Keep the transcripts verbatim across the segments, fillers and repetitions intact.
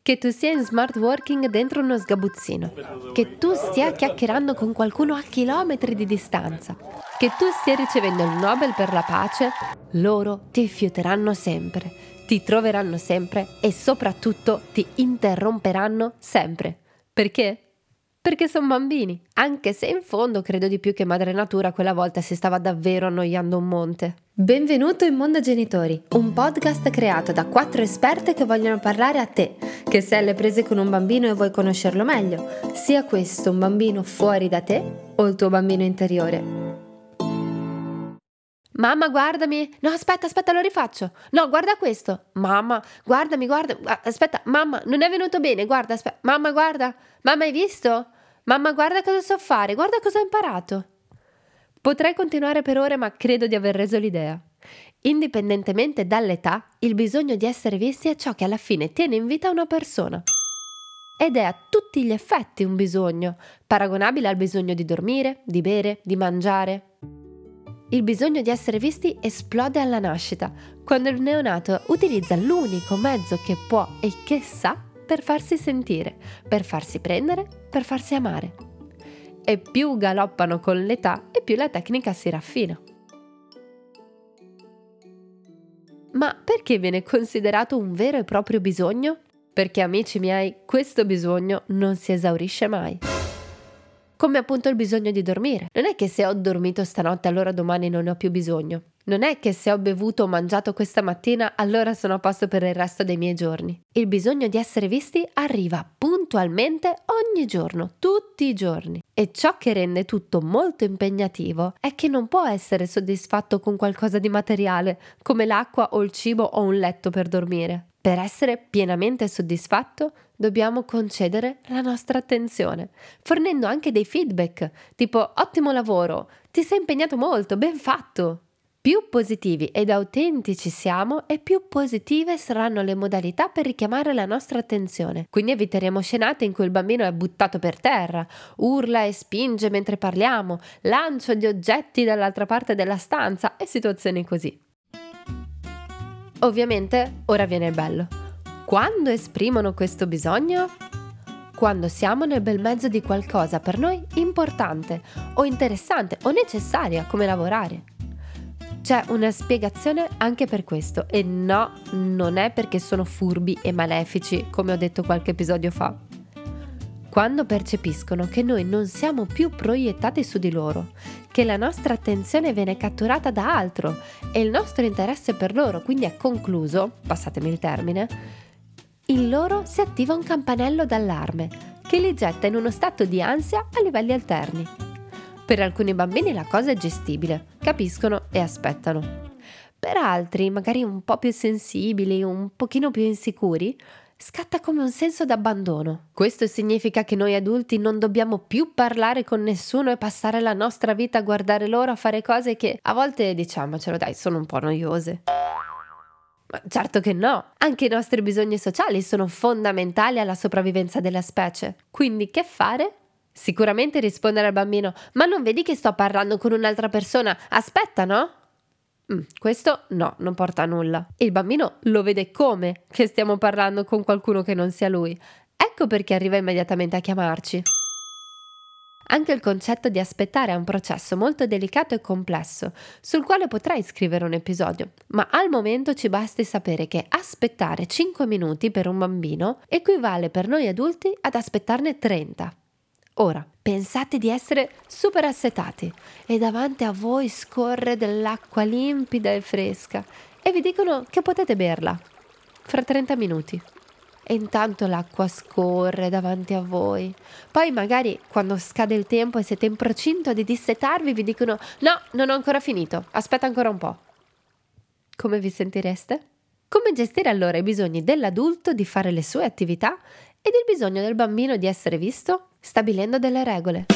Che tu sia in smart working dentro uno sgabuzzino, che tu stia chiacchierando con qualcuno a chilometri di distanza, che tu stia ricevendo il Nobel per la pace, loro ti fiuteranno sempre, ti troveranno sempre e soprattutto ti interromperanno sempre. Perché? Perché sono bambini, anche se in fondo credo di più che Madre Natura quella volta si stava davvero annoiando un monte. Benvenuto in Mondo Genitori, un podcast creato da quattro esperte che vogliono parlare a te, che sei alle prese con un bambino e vuoi conoscerlo meglio, sia questo un bambino fuori da te o il tuo bambino interiore. Mamma, guardami. No, aspetta, aspetta, lo rifaccio. No, guarda questo. Mamma, guardami, guarda. Aspetta, mamma, non è venuto bene. Guarda, aspetta. Mamma, guarda. Mamma, hai visto? Mamma, guarda cosa so fare. Guarda cosa ho imparato. Potrei continuare per ore, ma credo di aver reso l'idea. Indipendentemente dall'età, il bisogno di essere visti è ciò che alla fine tiene in vita una persona. Ed è a tutti gli effetti un bisogno, paragonabile al bisogno di dormire, di bere, di mangiare. Il bisogno di essere visti esplode alla nascita, quando il neonato utilizza l'unico mezzo che può e che sa per farsi sentire, per farsi prendere, per farsi amare. E più galoppano con l'età e più la tecnica si raffina. Ma perché viene considerato un vero e proprio bisogno? Perché, amici miei, questo bisogno non si esaurisce mai. Come appunto il bisogno di dormire. Non è che se ho dormito stanotte allora domani non ne ho più bisogno. Non è che se ho bevuto o mangiato questa mattina allora sono a posto per il resto dei miei giorni. Il bisogno di essere visti arriva puntualmente ogni giorno, tutti i giorni. E ciò che rende tutto molto impegnativo è che non può essere soddisfatto con qualcosa di materiale, come l'acqua o il cibo o un letto per dormire. Per essere pienamente soddisfatto dobbiamo concedere la nostra attenzione, fornendo anche dei feedback, tipo ottimo lavoro, ti sei impegnato molto, ben fatto. Più positivi ed autentici siamo e più positive saranno le modalità per richiamare la nostra attenzione. Quindi eviteremo scenate in cui il bambino è buttato per terra, urla e spinge mentre parliamo, lancio di oggetti dall'altra parte della stanza e situazioni così. Ovviamente, ora viene il bello. Quando esprimono questo bisogno? Quando siamo nel bel mezzo di qualcosa per noi importante o interessante o necessaria come lavorare. C'è una spiegazione anche per questo e no, non è perché sono furbi e malefici, come ho detto qualche episodio fa. Quando percepiscono che noi non siamo più proiettati su di loro, che la nostra attenzione viene catturata da altro e il nostro interesse per loro quindi è concluso, passatemi il termine, in loro si attiva un campanello d'allarme che li getta in uno stato di ansia a livelli alterni. Per alcuni bambini la cosa è gestibile, capiscono e aspettano. Per altri, magari un po' più sensibili, un pochino più insicuri, scatta come un senso d'abbandono. Questo significa che noi adulti non dobbiamo più parlare con nessuno e passare la nostra vita a guardare loro a fare cose che a volte, diciamocelo dai, sono un po' noiose. Ma certo che no, anche i nostri bisogni sociali sono fondamentali alla sopravvivenza della specie. Quindi che fare? Sicuramente rispondere al bambino: ma non vedi che sto parlando con un'altra persona? Aspetta, no? Mm, questo no, non porta a nulla. Il bambino lo vede come che stiamo parlando con qualcuno che non sia lui. Ecco perché arriva immediatamente a chiamarci. Anche il concetto di aspettare è un processo molto delicato e complesso, sul quale potrei scrivere un episodio, ma al momento ci basti sapere che aspettare cinque minuti per un bambino equivale per noi adulti ad aspettarne trenta. Ora, pensate di essere super assetati e davanti a voi scorre dell'acqua limpida e fresca e vi dicono che potete berla fra trenta minuti. E intanto l'acqua scorre davanti a voi. Poi magari quando scade il tempo e siete in procinto di dissetarvi vi dicono: no, non ho ancora finito, aspetta ancora un po'. Come vi sentireste? Come gestire allora i bisogni dell'adulto di fare le sue attività ed il bisogno del bambino di essere visto? Stabilendo delle regole.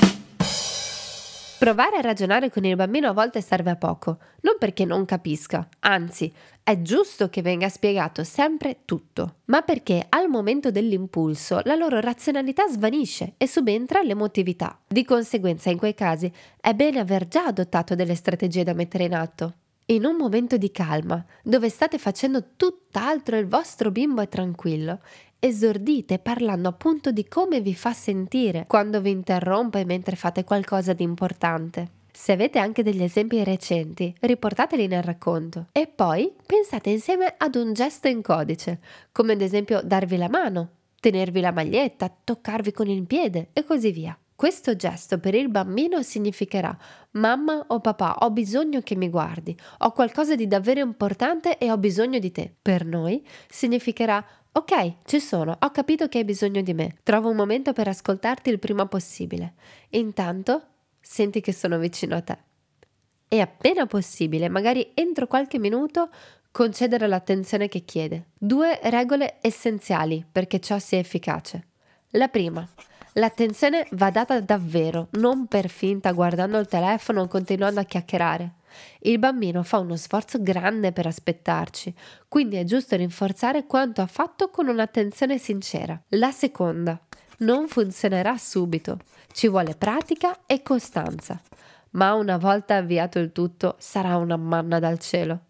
Provare a ragionare con il bambino a volte serve a poco, non perché non capisca, anzi, è giusto che venga spiegato sempre tutto, ma perché al momento dell'impulso la loro razionalità svanisce e subentra l'emotività. Di conseguenza, in quei casi, è bene aver già adottato delle strategie da mettere in atto. In un momento di calma, dove state facendo tutt'altro e il vostro bimbo è tranquillo, Esordite parlando appunto di come vi fa sentire quando vi interrompe mentre fate qualcosa di importante. Se avete anche degli esempi recenti, riportateli nel racconto. E poi pensate insieme ad un gesto in codice, come ad esempio darvi la mano, tenervi la maglietta, toccarvi con il piede e così via. Questo gesto per il bambino significherà: mamma o papà, ho bisogno che mi guardi, ho qualcosa di davvero importante e ho bisogno di te. Per noi significherà: ok, ci sono, ho capito che hai bisogno di me, trovo un momento per ascoltarti il prima possibile. Intanto senti che sono vicino a te. E appena possibile, magari entro qualche minuto, concedere l'attenzione che chiede. Due regole essenziali perché ciò sia efficace. La prima: l'attenzione va data davvero, non per finta guardando il telefono o continuando a chiacchierare. Il bambino fa uno sforzo grande per aspettarci, quindi è giusto rinforzare quanto ha fatto con un'attenzione sincera. La seconda: non funzionerà subito, ci vuole pratica e costanza, ma una volta avviato il tutto sarà una manna dal cielo.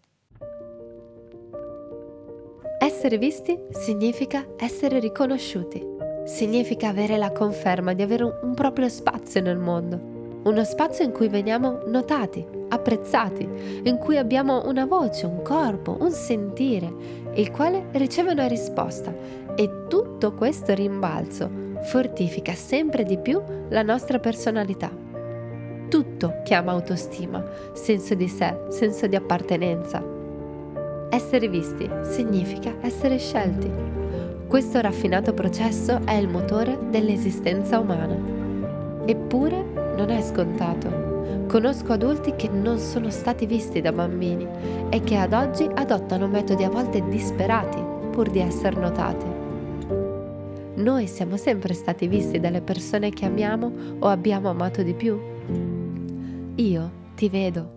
Essere visti significa essere riconosciuti, significa avere la conferma di avere un proprio spazio nel mondo, uno spazio in cui veniamo notati, apprezzati, in cui abbiamo una voce, un corpo, un sentire, il quale riceve una risposta, e tutto questo rimbalzo fortifica sempre di più la nostra personalità. Tutto chiama autostima, senso di sé, senso di appartenenza. Essere visti significa essere scelti. Questo raffinato processo è il motore dell'esistenza umana. Eppure non è scontato. Conosco adulti che non sono stati visti da bambini e che ad oggi adottano metodi a volte disperati pur di essere notati. Noi siamo sempre stati visti dalle persone che amiamo o abbiamo amato di più? Io ti vedo.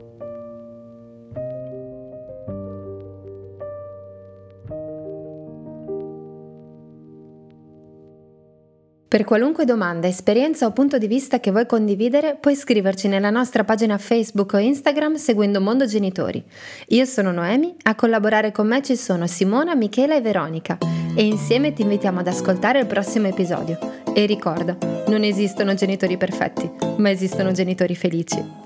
Per qualunque domanda, esperienza o punto di vista che vuoi condividere, puoi scriverci nella nostra pagina Facebook o Instagram seguendo Mondo Genitori. Io sono Noemi, a collaborare con me ci sono Simona, Michela e Veronica e insieme ti invitiamo ad ascoltare il prossimo episodio. E ricorda, non esistono genitori perfetti, ma esistono genitori felici.